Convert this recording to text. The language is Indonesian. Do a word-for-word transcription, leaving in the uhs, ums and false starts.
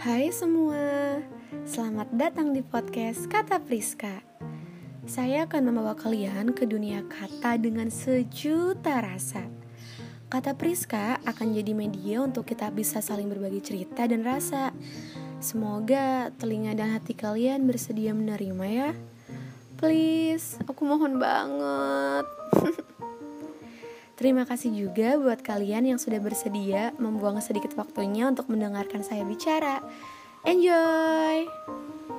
Hai semua, selamat datang di podcast Kata Priska. Saya akan membawa kalian ke dunia kata dengan sejuta rasa. Kata Priska akan jadi media untuk kita bisa saling berbagi cerita dan rasa. Semoga telinga dan hati kalian bersedia menerima ya. Please, aku mohon banget. Terima kasih juga buat kalian yang sudah bersedia membuang sedikit waktunya untuk mendengarkan saya bicara. Enjoy!